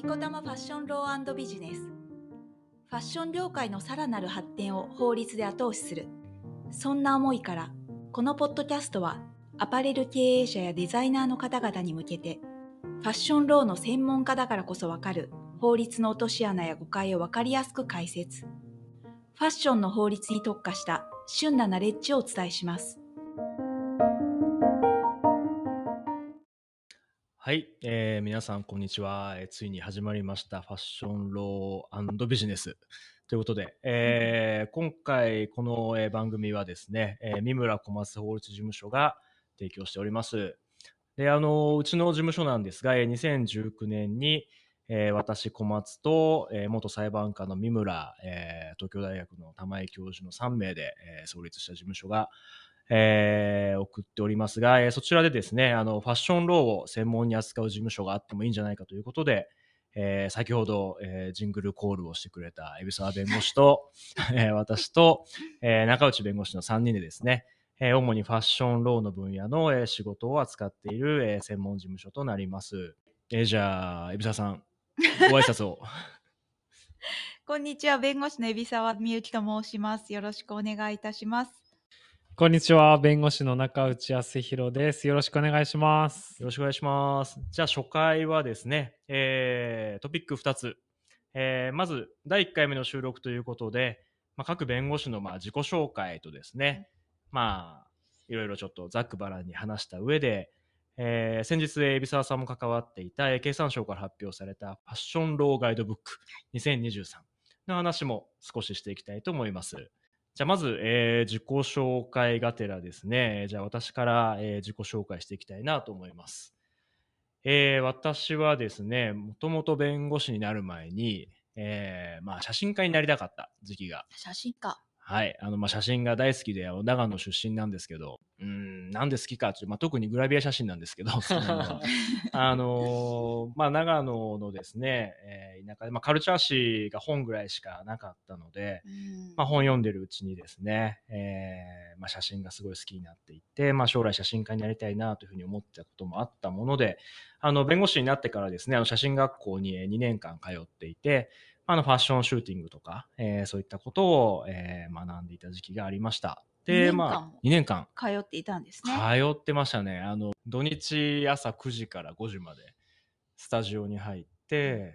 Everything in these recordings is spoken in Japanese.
ニコタマファッションロー&ビジネス。ファッション業界のさらなる発展を法律で後押しする。そんな思いから、このポッドキャストはアパレル経営者やデザイナーの方々に向けて、ファッションローの専門家だからこそわかる法律の落とし穴や誤解をわかりやすく解説。ファッションの法律に特化した旬なナレッジをお伝えします。 はい、皆さんこんにちは、ついに始まりましたファッションロー&ビジネスということで、今回この番組はですね、三村小松法律事務所が提供しております。で、うちの事務所なんですが、2019年に、私小松と、元裁判官の三村、東京大学の玉井教授の3名で、創立した事務所が送っておりますが、そちらでですね、ファッションローを専門に扱う事務所があってもいいんじゃないかということで、先ほど、ジングルコールをしてくれた海老沢弁護士と、私と、中内弁護士の3人でですね、主にファッションローの分野の、仕事を扱っている、専門事務所となります。じゃあ、海老沢さん、ご挨拶を。 こんにちは、弁護士の海老沢美幸と申します。よろしくお願いいたします。 こんにちは、弁護士の中内康弘です。よろしくお願いします。 よろしくお願いします。じゃあ初回はですね、トピック2つ。まず第1回目の収録ということで、各弁護士の自己紹介とですね、いろいろちょっとざっくばらんに話した上で、先日海老沢さんも関わっていた経産省から発表されたファッションローガイドブック2023の話も少ししていきたいと思います。じゃあまず、自己紹介がてらですね、じゃあ私から、自己紹介していきたいなと思います。私はですね、もともと弁護士になる前に、写真家になりたかった時期が。 写真家。 はい。写真が大好きで、長野出身なんですけど、なんで好きかっていう、特にグラビア写真なんですけど、好きなのは。長野のですね、田舎で、カルチャー誌が本ぐらいしかなかったので、本読んでるうちにですね、写真がすごい好きになっていって、将来写真家になりたいなというふうに思ってたこともあったもので、弁護士になってからですね、写真学校に2年間通っていて、ファッションシューティングとか、そういったことを、学んでいた時期がありました。で、2年間通っていたんですね。 通ってましたね。土日朝9時から5時までスタジオに入って、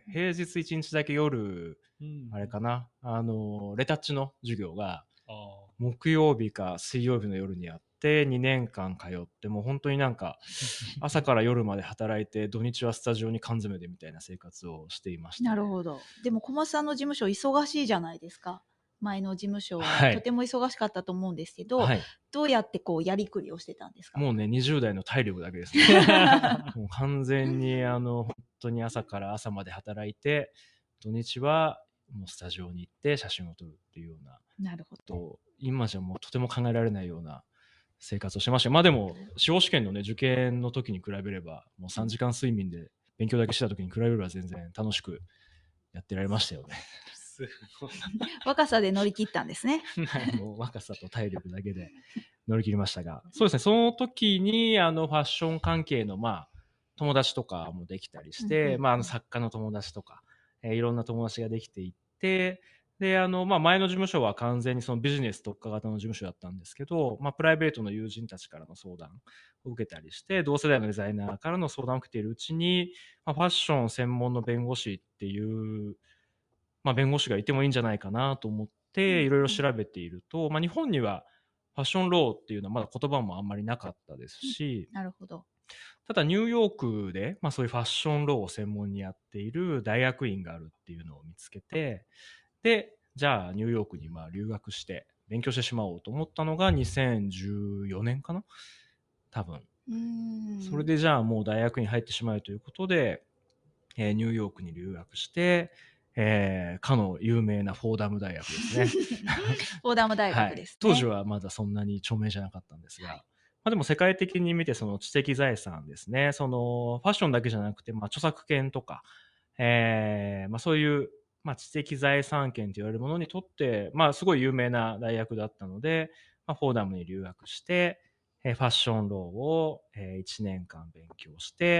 平日1日だけ夜、あれかな、レタッチの授業が木曜日か水曜日の夜にあって、2年間通って、もう本当になんか朝から夜まで働いて、土日はスタジオに缶詰でみたいな生活をしていました、ね。 なるほど。でも小松さんの事務所忙しいじゃないですか。前の事務所はとても忙しかったと思うんですけど、どうやってこうやりくりをしてたんですか？ もうね、20代の体力だけですね。もう完全に本当に朝から朝まで働いて、土日はもうスタジオに行って写真を撮るっていうような。 なるほど。 今じゃもうとても考えられないような生活をしてました。でも司法試験のね、受験の時に比べれば、もう3時間睡眠で勉強だけした時に比べれば全然楽しくやってられましたよね。 若さで乗り切ったんですね。 もう若さと体力だけで乗り切りましたが、そうですね、その時にファッション関係の友達とかもできたりして、作家の友達とか、いろんな友達ができていって、で、前の事務所は完全にそのビジネス特化型の事務所だったんですけど、プライベートの友人たちからの相談を受けたりして、同世代のデザイナーからの相談を受けているうちに、ファッション専門の弁護士っていう、弁護士がいてもいいんじゃないかなと思って、いろいろ調べていると、日本にはファッションローっていうのはまだ言葉もあんまりなかったですし、 なるほど。 ただニューヨークで、そういうファッションローを専門にやっている大学院があるっていうのを見つけて、で、じゃあニューヨークに留学して勉強してしまおうと思ったのが2014年かな多分。それでじゃあもう大学院入ってしまうということで、ニューヨークに留学して、かの有名なフォーダム大学ですね。 フォーダム大学ですね。 当時はまだそんなに著名じゃなかったんですが、でも世界的に見てその知的財産ですね、そのファッションだけじゃなくて、著作権とか、そういう、知的財産権と言われるものにとって、すごい有名な大学だったので、フォーダムに留学して、ファッションローを1年間勉強して、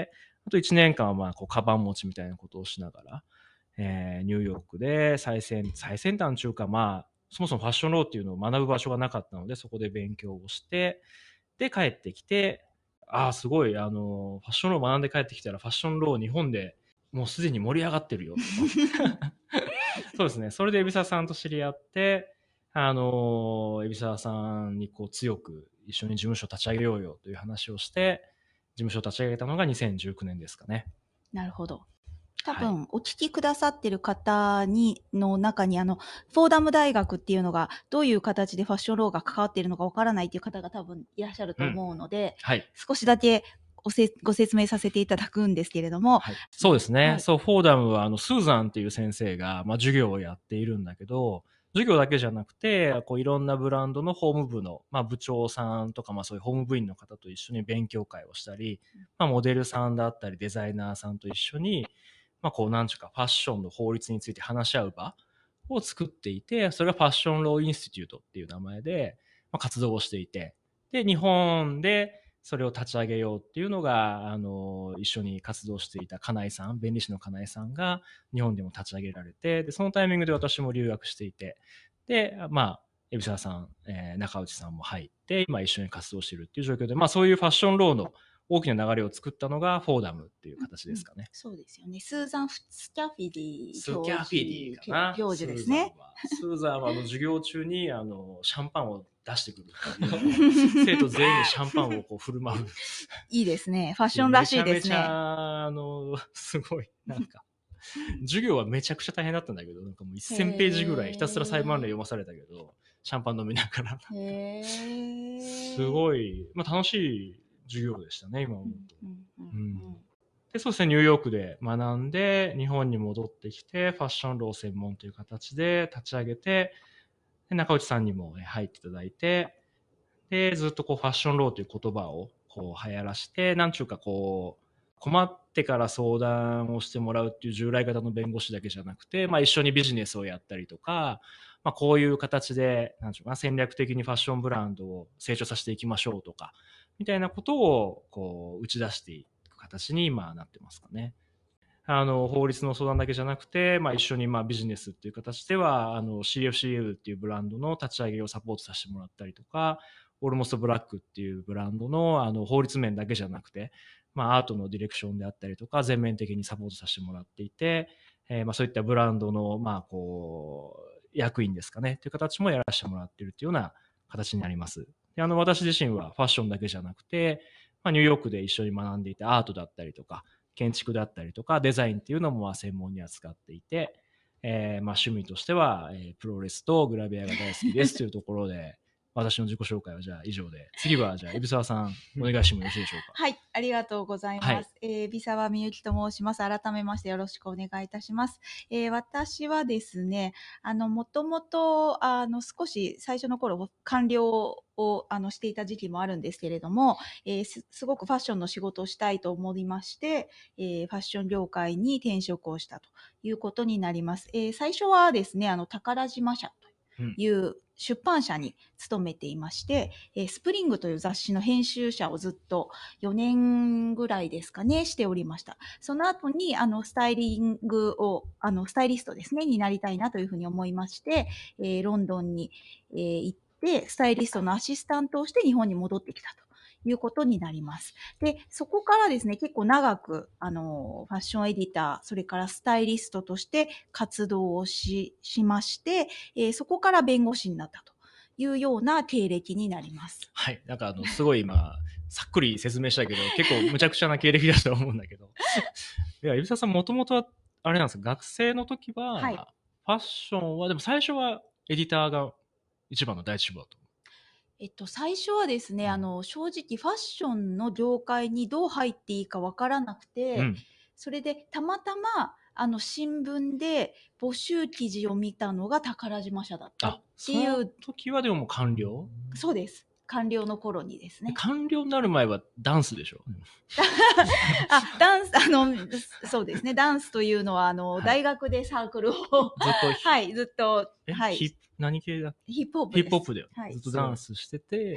あと1年間はまあこうカバン持ちみたいなことをしながら、ニューヨークで最先端中か、まあそもそもファッションローっていうのを学ぶ場所がなかったので、そこで勉強をして、で帰ってきて、すごいファッションロー学んで帰ってきたらファッションロー日本でもうすでに盛り上がってるよとそうですね。それで海老沢さんと知り合って、海老沢さんにこう強く一緒に事務所立ち上げようよという話をして、事務所を立ち上げたのが2019年ですかね。 なるほど。多分、お聞きくださってる方の中に、フォーダム大学っていうのが、どういう形でファッションローが関わっているのかわからないっていう方が多分いらっしゃると思うので、 はい。 少しだけご説明させていただくんですけれども。 はい、そうですね。 はい、 そう、フォーダムは、スーザンっていう先生が、まあ、授業をやっているんだけど、授業だけじゃなくて、こういろんなブランドの法務部の、まあ、部長さんとか、まあ、そういう法務部員の方と一緒に勉強会をしたり、まあ、モデルさんだったりデザイナーさんと一緒に、まあ、こうなんちゅうかファッションの法律について話し合う場を作っていて、それがファッションローインスティテュートっていう名前で、まあ、活動をしていて、で日本でそれを立ち上げようっていうのが一緒に活動していた金井さん、弁理士の金井さんが日本でも立ち上げられて、でそのタイミングで私も留学していて、でまあ海老沢さん、中内さんも入って今一緒に活動しているっていう状況で、まあそういうファッションローの大きな流れを作ったのがフォーダムっていう形ですかね。 そうですよね。スーザン・スキャフィディ教授ですね。 スーザンは授業中にシャンパンを出してくる生徒全員にシャンパンをこう振る舞ういいですね。ファッションらしいですね。 めちゃめちゃすごいなんか授業はめちゃくちゃ大変だったんだけど、なんかもう1000ページぐらいひたすら裁判例読まされたけど、シャンパン飲みながらすごい、まあ、楽しい授業でしたね今思うと。でそうですね、ニューヨークで学んで日本に戻ってきてファッションロー専門という形で立ち上げて、で中内さんにも入っていただいて、でずっとこうファッションローという言葉をこう流行らして、なんちゅうかこう困ってから相談をしてもらうっていう従来型の弁護士だけじゃなくて、まあ、一緒にビジネスをやったりとか、まあ、こういう形でなんちゅうか戦略的にファッションブランドを成長させていきましょうとかみたいなことをこう打ち出していく形に今なってますかね。法律の相談だけじゃなくて、まあ、一緒にまあビジネスっていう形ではCFCL っていうブランドの立ち上げをサポートさせてもらったりとか、オールモストブラックっていうブランドの法律面だけじゃなくて、まあ、アートのディレクションであったりとか全面的にサポートさせてもらっていて、まあ、そういったブランドのまあこう役員ですかねという形もやらせてもらっているというような形になります。で私自身はファッションだけじゃなくて、まあ、ニューヨークで一緒に学んでいてアートだったりとか建築だったりとかデザインっていうのも専門に扱っていて、まあ趣味としては、プロレスとグラビアが大好きですというところで私の自己紹介はじゃあ以上で、次はじゃあ海老沢さんお願いしてもよろしいでしょうか。 はい、ありがとうございます。はい、海老沢みゆきと申します。改めましてよろしくお願いいたします。私はですね、もともと少し最初の頃官僚をしていた時期もあるんですけれども、すごくファッションの仕事をしたいと思いまして、ファッション業界に転職をしたということになります。最初はですね、宝島社という出版社に勤めていまして、スプリングという雑誌の編集者をずっと4年ぐらいですかね、しておりました。その後にスタイリストですね、になりたいなというふうに思いまして、ロンドンに、行って、スタイリストのアシスタントをして日本に戻ってきたということになります。で、そこからですね、結構長く、ファッションエディター、それからスタイリストとして活動をしまして、そこから弁護士になったというような経歴になります。 はい。なんかすごい今、さっくり説明したけど、結構むちゃくちゃな経歴だと思うんだけど。いや、海老沢さんもともとは、あれなんですか、学生の時は、はい、ファッションは、でも最初はエディターが一番の第一志望だと。 最初はですね、正直ファッションの業界にどう入っていいかわからなくて、それでたまたま新聞で募集記事を見たのが宝島社だったっていう。 その時はでももう官僚？ そうです。官僚の頃にですね。 官僚になる前はダンスでしょ？ ダンス、そうですね。ダンスというのは、大学でサークルを、ずっと、はい、ずっと、はい。 何系だ？ ヒップホップです。 ヒップホップだよ。ずっとダンスしてて、はい。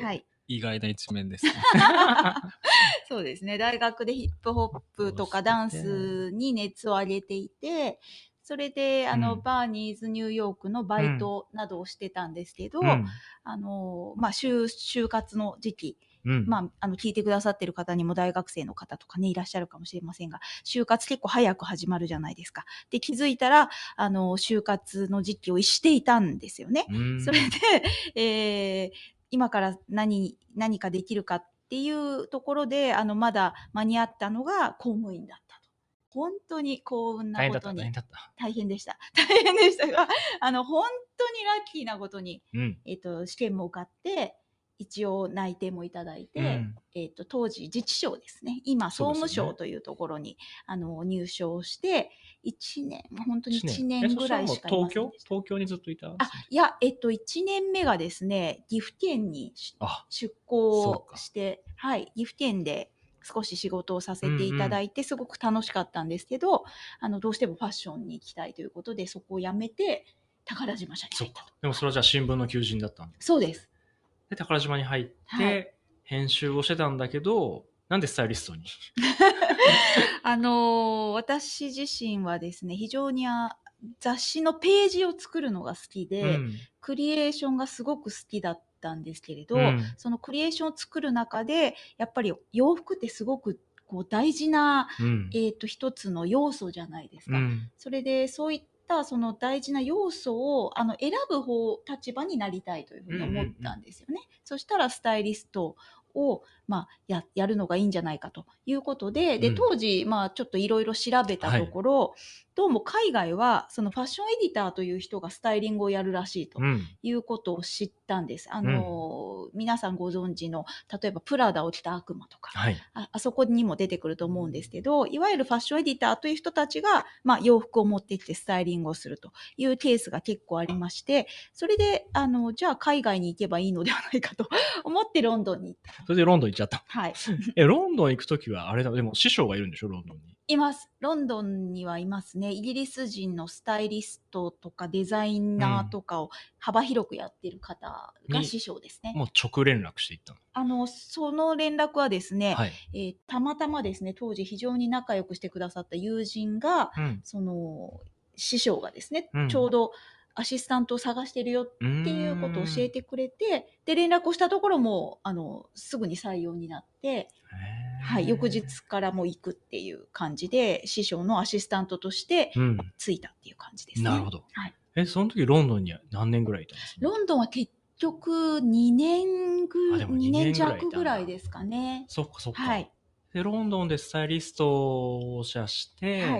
意外な一面ですね。 そうですね。大学でヒップホップとかダンスに熱を上げていて、それで、バーニーズニューヨークのバイトなどをしてたんですけど、就活の時期、聞いてくださってる方にも大学生の方とかね、いらっしゃるかもしれませんが、就活結構早く始まるじゃないですか。で、気づいたら、就活の時期をしていたんですよね。それで、今から何かできるかっていうところで、まだ間に合ったのが公務員だったと。本当に幸運なことに。大変でした。大変でしたが、本当にラッキーなことに、試験も受かって、一応内定もいただいて、当時自治省ですね。今、総務省というところに、入省して、本当に1年ぐらいしかいませんでした。 東京にずっといた？ いや、1年目がですね、岐阜県に出向して、はい、岐阜県で少し仕事をさせていただいて、すごく楽しかったんですけど、どうしてもファッションに行きたいということで、そこを辞めて、宝島社に入ったと。 でもそれはじゃあ新聞の求人だったんですか？ そうです。 で、宝島に入って、編集をしてたんだけど、なんでスタイリストに私自身はですね、非常に雑誌のページを作るのが好きで、クリエーションがすごく好きだったんですけれど、そのクリエーションを作る中で、やっぱり洋服ってすごくこう大事な、一つの要素じゃないですか。それで、そういったその大事な要素を選ぶ立場になりたいというふうに思ったんですよね。そしたらスタイリストを、やるのがいいんじゃないかということで、当時、ちょっといろいろ調べたところ、どうも海外はそのファッションエディターという人がスタイリングをやるらしいということを知ったんです。皆さんご存知の、例えばプラダを着た悪魔とか、あそこにも出てくると思うんですけど、いわゆるファッションエディターという人たちが、洋服を持ってきてスタイリングをするというケースが結構ありまして、それで、じゃあ海外に行けばいいのではないかと思ってロンドンに行った。 それでロンドン行っちゃった。 はい。 ロンドン行くときは、あれだ、でも師匠がいるんでしょ、ロンドンに。 います。ロンドンにはいますね。イギリス人のスタイリストとかデザイナーとかを幅広くやってる方が師匠ですね。 もう直連絡していったの？その連絡はですね、たまたまですね、当時非常に仲良くしてくださった友人が、その師匠がですね、ちょうどアシスタントを探してるよっていうことを教えてくれて、で、連絡をしたところも、すぐに採用になって、はい、翌日からもう行くっていう感じで、師匠のアシスタントとしてついたっていう感じですね。 なるほど。 はい。 その時ロンドンには何年ぐらいいたんですか？ ロンドンは結局2年弱ぐらいですかね。 そっかそっか。 はい。 で、ロンドンでスタイリストをして、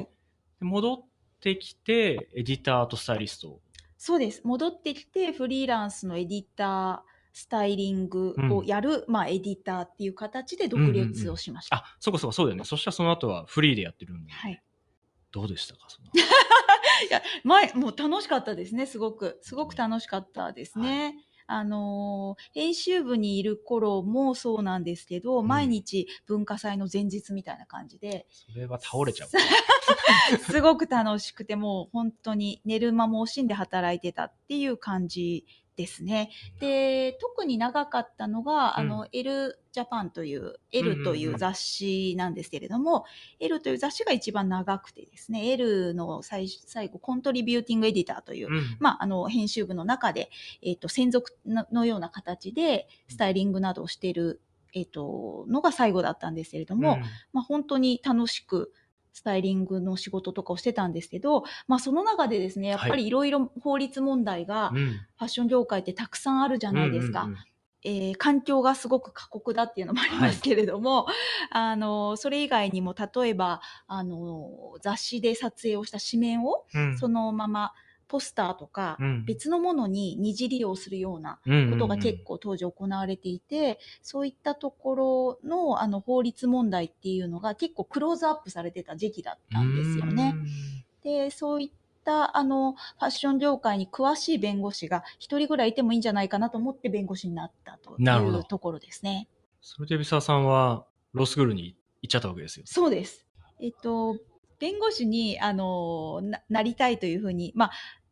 戻ってきて、エディターとスタイリスト。 そうです。戻ってきて、フリーランスのエディター、スタイリングをやる、エディターっていう形で独立をしました。 そうかそうか、そうだよね。そしたらその後はフリーでやってるんで。はい。どうでしたか？ いや、もう楽しかったですね、すごく。すごく楽しかったですね。編集部にいる頃もそうなんですけど、毎日文化祭の前日みたいな感じで。 それは倒れちゃう。 すごく楽しくて、もう本当に寝る間も惜しんで働いてたっていう感じですね。で、特に長かったのが、L ジャパンという、L という雑誌なんですけれども、L という雑誌が一番長くてですね、L の最後、コントリビューティングエディターという、編集部の中で、専属のような形で、スタイリングなどをしている、のが最後だったんですけれども、本当に楽しく、スタイリングの仕事とかをしてたんですけど、その中でですね、やっぱりいろいろ法律問題がファッション業界ってたくさんあるじゃないですか。環境がすごく過酷だっていうのもありますけれども、それ以外にも例えば雑誌で撮影をした紙面をそのままポスターとか別のものに二次利用するようなことが結構当時行われていて、そういったところの法律問題っていうのが結構クローズアップされてた時期だったんですよね。で、そういったファッション業界に詳しい弁護士が一人ぐらいいてもいいんじゃないかなと思って弁護士になったというところですね。 それで海老沢さんはロースクールに行っちゃったわけですよ。 そうです。弁護士になりたいというふうに、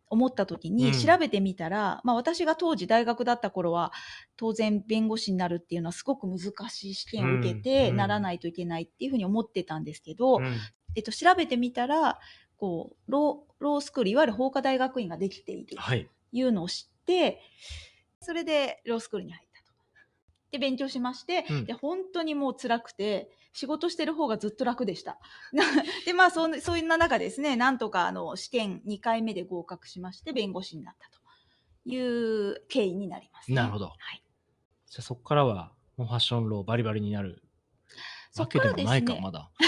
思った時に調べてみたら、私が当時大学だった頃は当然弁護士になるっていうのはすごく難しい試験を受けてならないといけないっていうふうに思ってたんですけど、調べてみたらこうロースクール、いわゆる法科大学院ができているというのを知って、それでロースクールに入ったと。で勉強しまして、で本当にもう辛くて仕事してる方がずっと楽でした。でそういう中ですね、なんとか試験2回目で合格しまして弁護士になったという経緯になります、ね。 なるほど。はい、じゃあそこからはもうファッションローバリバリになるわけでもないか、まだ。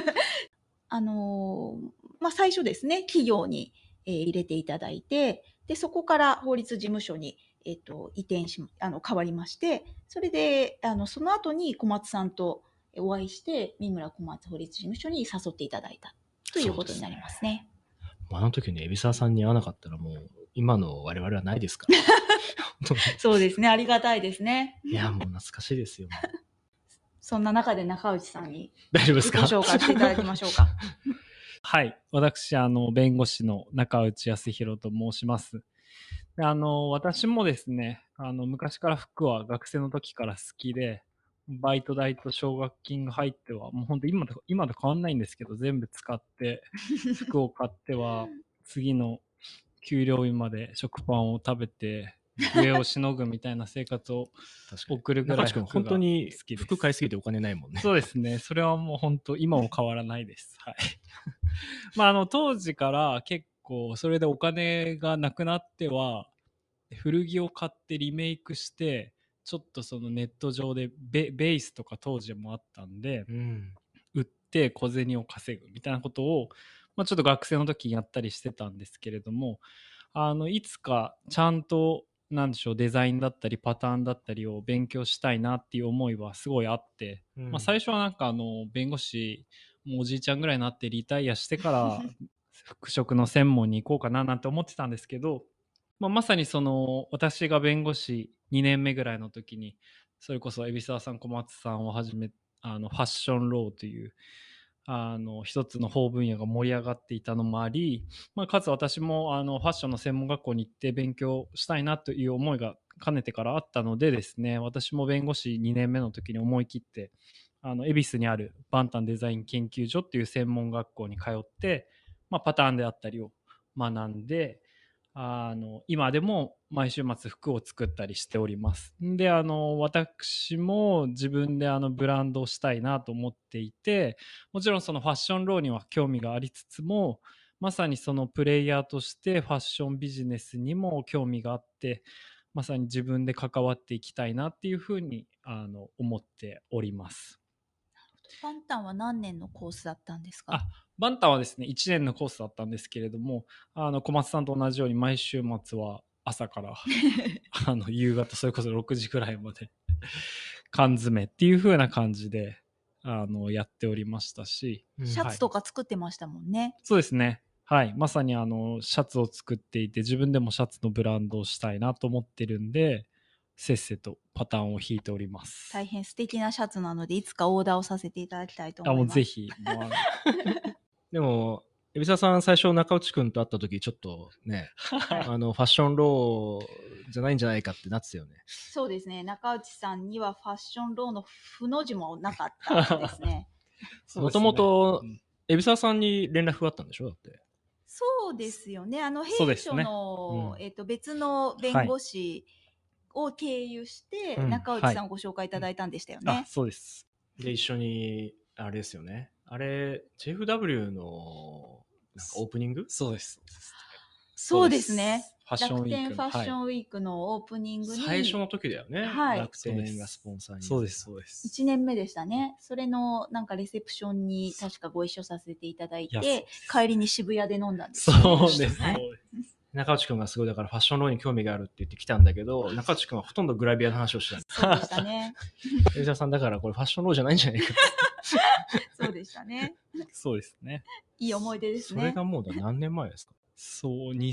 最初ですね、企業に、入れていただいて、でそこから法律事務所に、移転し変わりまして、それでその後に小松さんとお会いして三村小松法律事務所に誘っていただいたということになりますね。 あの時に海老沢さんに会わなかったらもう今の我々はないですからそうですね、ありがたいですね。 いやもう懐かしいですよそんな中で中内さんに大丈夫ですか、 ご紹介していただきましょうか。 はい、私弁護士の中内康弘と申します。で私もですね昔から服は学生の時から好きで、バイト代と奨学金が入ってはもう本当今と変わんないんですけど全部使って服を買っては次の給料日まで食パンを食べて上をしのぐみたいな生活を送るぐらい服が好きです。 本当に服買いすぎてお金ないもんね。 そうですね、それはもう本当今も変わらないです。はい。当時から結構それでお金がなくなっては古着を買ってリメイクしてちょっとそのネット上でベースとか当時もあったんで、売って小銭を稼ぐみたいなことを、ちょっと学生の時にやったりしてたんですけれども、いつかちゃんとなんでしょう、デザインだったりパターンだったりを勉強したいなっていう思いはすごいあって、最初はなんか弁護士もうおじいちゃんぐらいになってリタイアしてから服飾の専門に行こうかななんて思ってたんですけど、まさにその私が弁護士2年目ぐらいの時にそれこそ海老沢さん小松さんをはじめファッションローという一つの法分野が盛り上がっていたのもあり、かつ私もファッションの専門学校に行って勉強したいなという思いがかねてからあったのでですね、私も弁護士2年目の時に思い切って恵比寿にあるバンタンデザイン研究所っていう専門学校に通って、パターンであったりを学んで、今でも毎週末服を作ったりしております。で私も自分でブランドをしたいなと思っていて、もちろんそのファッションローには興味がありつつも、まさにそのプレイヤーとしてファッションビジネスにも興味があって、まさに自分で関わっていきたいなっていうふうに思っております。 バンタンは何年のコースだったんですか？ バンタンはですね1年のコースだったんですけれども、小松さんと同じように毎週末は朝から夕方それこそ6時くらいまで缶詰っていう風な感じでやっておりましたし、 シャツとか作ってましたもんね。 そうですね、はい、まさにシャツを作っていて、自分でもシャツのブランドをしたいなと思ってるんで、せっせとパターンを引いております。 大変素敵なシャツなのでいつかオーダーをさせていただきたいと思います。 もうぜひでも海老沢さん最初中内くんと会った時ちょっとねファッションローじゃないんじゃないかってなってたよね。 そうですね、中内さんにはファッションローの負の字もなかったですね。 もともと海老沢さんに連絡があったんでしょ？だってそうですよね、弊社の、別の弁護士を経由して中内さんをご紹介いただいたんでしたよね。 そうです。 で一緒にあれですよね、あれ JFW のなんかオープニング？ そうです。 そうですね。 楽天ファッションウィークのオープニングに最初の時だよね。楽天がスポンサーに。 そうですそうです。 1年目でしたね。それのなんかレセプションに確かご一緒させていただいて、帰りに渋谷で飲んだんですよね。 そうですね。 中内くんがすごいだからファッションローに興味があるって言ってきたんだけど、中内くんはほとんどグラビアの話をしてた。そうでしたね。 海老沢さんだからこれファッションローじゃないんじゃないか。 そうでしたね。 そうですね。 いい思い出ですね。 それがもう何年前ですか？ そう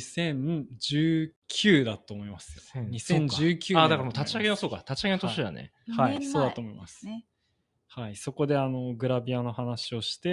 2019だと思いますよ。2019年。 だからもう立ち上げの立ち上げの年だね。 はい、そうだと思います。はい、そこでグラビアの話をして、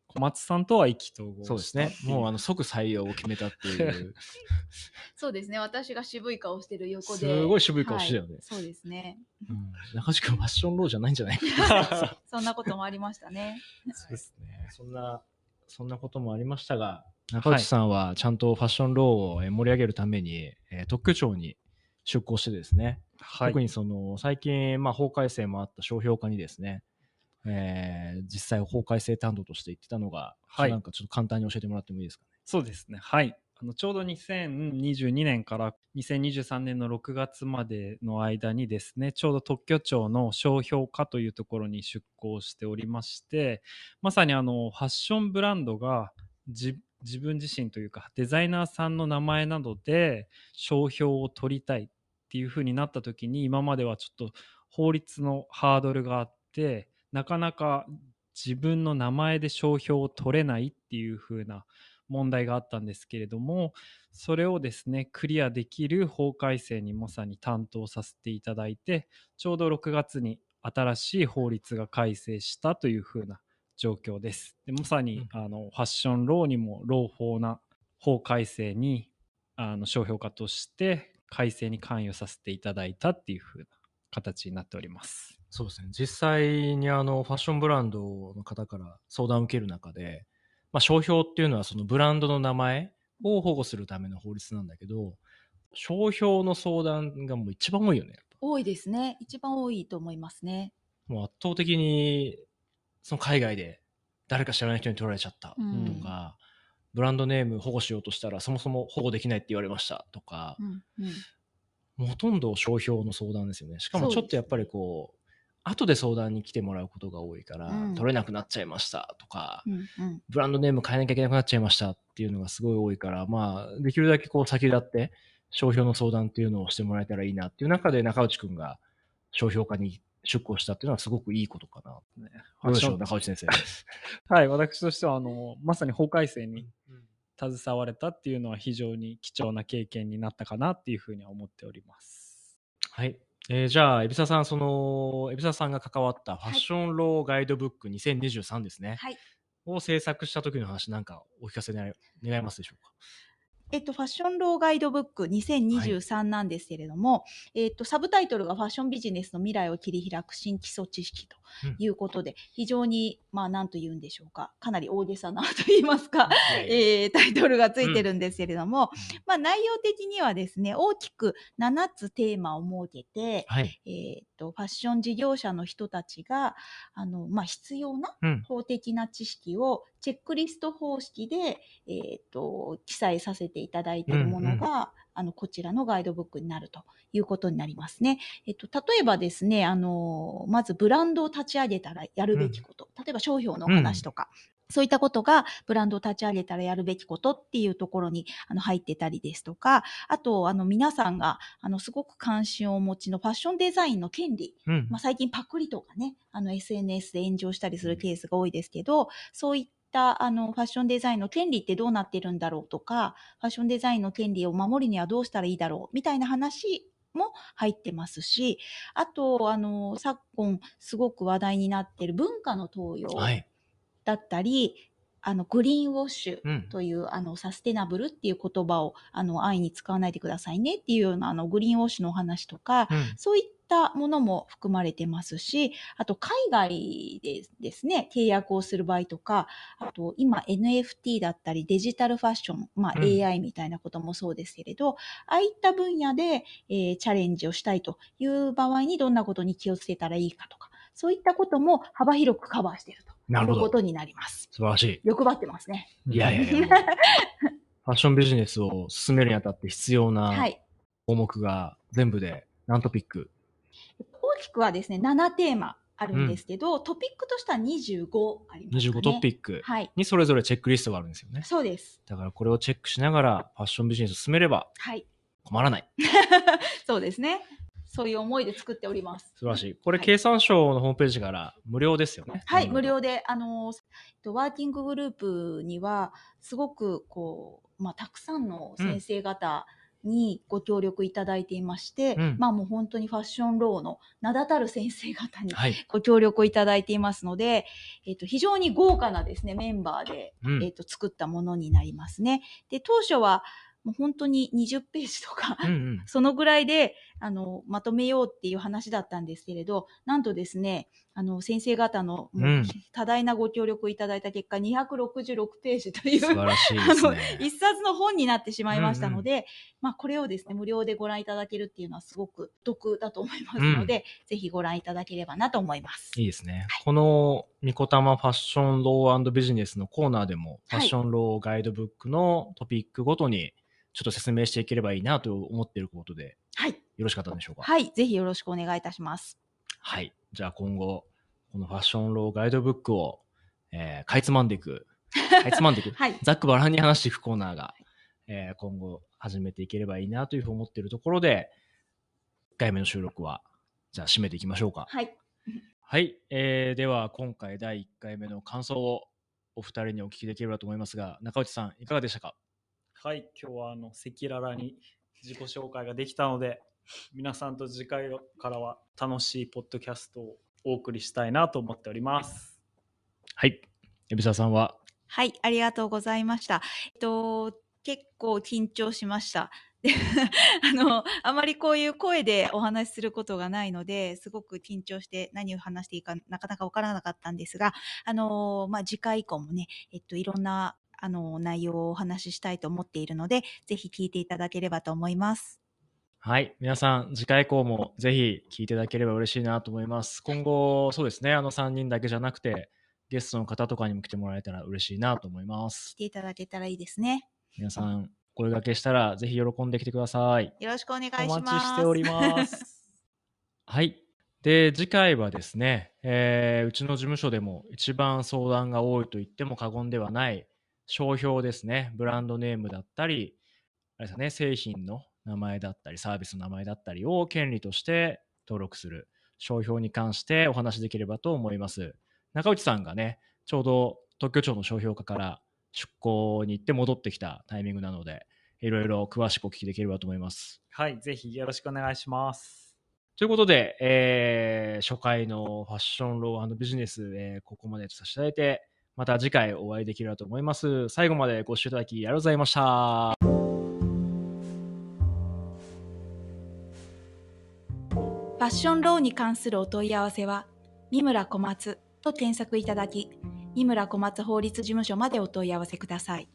小松さんとは意気投合そうですねしたっていう。 もう即採用を決めたっていうそうですね。私が渋い顔してる横すで。 ごい渋い顔してたよね、 はい、そうですね。 中地君ファッションローじゃないんじゃないかそんなこともありましたね。 そうですね。 そんなこともありましたが、中内さんはちゃんとファッションローを盛り上げるために、特許庁に出向してですね、 はい、 特にその最近、法改正もあった商標化にですね、実際法改正担当として言ってたのが、 はいなんかちょっと簡単に教えてもらってもいいですかね。 そうですね。はい。ちょうど2022年から2023年の6月までの間にですね、ちょうど特許庁の商標課というところに出向しておりまして、まさにファッションブランドが自分自身というかデザイナーさんの名前などで商標を取りたいっていうふうになった時に、今まではちょっと法律のハードルがあって、なかなか自分の名前で商標を取れないっていうふうな問題があったんですけれども、それをですねクリアできる法改正にまさに担当させていただいて、ちょうど6月に新しい法律が改正したというふうな状況です。でまさにファッションローにも朗報な法改正に商標家として改正に関与させていただいたっていうふうな形になっております。 そうですね。実際にファッションブランドの方から相談を受ける中で、商標っていうのはそのブランドの名前を保護するための法律なんだけど、商標の相談がもう一番多いよね。 多いですね。一番多いと思いますね。 もう圧倒的にその海外で誰か知らない人に取られちゃったとか、ブランドネーム保護しようとしたらそもそも保護できないって言われましたとか、もうほとんど商標の相談ですよね。しかもちょっとやっぱりこう後で相談に来てもらうことが多いから、取れなくなっちゃいましたとか、ブランドネーム変えなきゃいけなくなっちゃいましたっていうのがすごい多いから、できるだけこう先立って商標の相談っていうのをしてもらえたらいいなっていう中で、中内くんが商標課に出向したっていうのはすごくいいことかな。どうでしょう、中内先生。 はい、私としてはまさに法改正に携われたっていうのは非常に貴重な経験になったかなっていうふうには思っております。 はい。じゃあ、海老沢さん、海老沢さんが関わったファッションローガイドブック2023ですね。 はい。 を制作した時の話、なんかお聞かせ願いますでしょうか。 ファッションローガイドブック2023なんですけれども、サブタイトルがファッションビジネスの未来を切り開く新基礎知識ということで、非常に、何と言うんでしょうか、かなり大げさなと言いますか、タイトルがついてるんですけれども、内容的にはですね、大きく7つテーマを設けて、ファッション事業者の人たちが、必要な法的な知識をチェックリスト方式で、記載させていただいているものが、こちらのガイドブックになるということになりますね。例えばですね、まずブランドを立ち上げたらやるべきこと、例えば商標の話とか、そういったことがブランドを立ち上げたらやるべきことっていうところに入ってたりですとか、あと皆さんがすごく関心をお持ちのファッションデザインの権利、最近パクリとかね、SNS で炎上したりするケースが多いですけど、そういったファッションデザインの権利ってどうなってるんだろうとか、ファッションデザインの権利を守るにはどうしたらいいだろうみたいな話も入ってますし、あと昨今すごく話題になっている文化の登用だったり、グリーンウォッシュという、サステナブルっていう言葉を安易に使わないでくださいねっていうようなグリーンウォッシュのお話とか、そういったものも含まれてますし、あと海外でですね、契約をする場合とか、あと今 NFT だったりデジタルファッション、AI みたいなこともそうですけれど、ああいった分野で、チャレンジをしたいという場合にどんなことに気をつけたらいいかとか、そういったことも幅広くカバーしているということになります。 素晴らしい。 欲張ってますね。 いやファッションビジネスを進めるにあたって必要な項目が全部で何トピック？ 大きくはですね、7テーマあるんですけど、トピックとしては25ありますかね。 25トピックにそれぞれチェックリストがあるんですよね。 そうです。 だからこれをチェックしながらファッションビジネスを進めれば困らない。 そうですね。そういう思いで作っております。 素晴らしい。これ、経産省のホームページから無料ですよね。 はい、無料で、ワーキンググループには、すごくたくさんの先生方にご協力いただいていまして、 うんもう本当にファッションローの名だたる先生方にはい。 ご協力いただいていますので、非常に豪華なですね、メンバーで、作ったものになりますね。で、当初はもう本当に20ページとか、 うんうんそのぐらいで、まとめようっていう話だったんですけれど、なんとですね、先生方のもう多大なご協力いただいた結果、266ページという、 素晴らしいですね。 一冊の本になってしまいましたので、これをですね、無料でご覧いただけるっていうのはすごくお得だと思いますので、ぜひご覧いただければなと思います。 いいですね。このニコタマファッションロー&ビジネスのコーナーでも、ファッションローガイドブックのトピックごとにちょっと説明していければいいなと思っていることで、 はい。 よろしかったでしょうか。 はい。ぜひよろしくお願いいたします。 はい。じゃあ今後、このファッションローガイドブックを、かいつまんでいく、 はいざっくばらんに話していくコーナーが、今後始めていければいいなというふうに思っているところで、1回目の収録は、じゃあ締めていきましょうか。 はい。 はい、では今回第1回目の感想をお二人にお聞きできればと思いますが、中内さんいかがでしたか？ はい、今日は赤裸々に自己紹介ができたので、皆さんと次回からは楽しいポッドキャストをお送りしたいなと思っております。 はい、海老沢さんは？ はい、ありがとうございました。結構緊張しました。であまりこういう声でお話しすることがないので、すごく緊張して何を話していいかなかなかわからなかったんですが、次回以降もね、いろんな内容をお話ししたいと思っているので、ぜひ聞いていただければと思います。 はい、皆さん次回以降もぜひ聞いていただければ嬉しいなと思います。今後そうですね、3人だけじゃなくてゲストの方とかにも来てもらえたら嬉しいなと思います。 来ていただけたらいいですね。 皆さん声掛けしたらぜひ喜んできてください。 よろしくお願いします。 お待ちしております。 はい。で、次回はですね、うちの事務所でも一番相談が多いと言っても過言ではない商標ですね。ブランドネームだったり、あれですね、製品の名前だったり、サービスの名前だったりを権利として登録する商標に関してお話しできればと思います。中内さんがね、ちょうど特許庁の商標課から出向に行って戻ってきたタイミングなので、いろいろ詳しくお聞きできればと思います。 はい、ぜひよろしくお願いします。 ということで、初回のファッションロー&ビジネス、ここまでとさせていただいて、また次回お会いできればと思います。最後までご視聴いただきありがとうございました。 ファッションローに関するお問い合わせは、三村小松と検索いただき、三村小松法律事務所までお問い合わせください。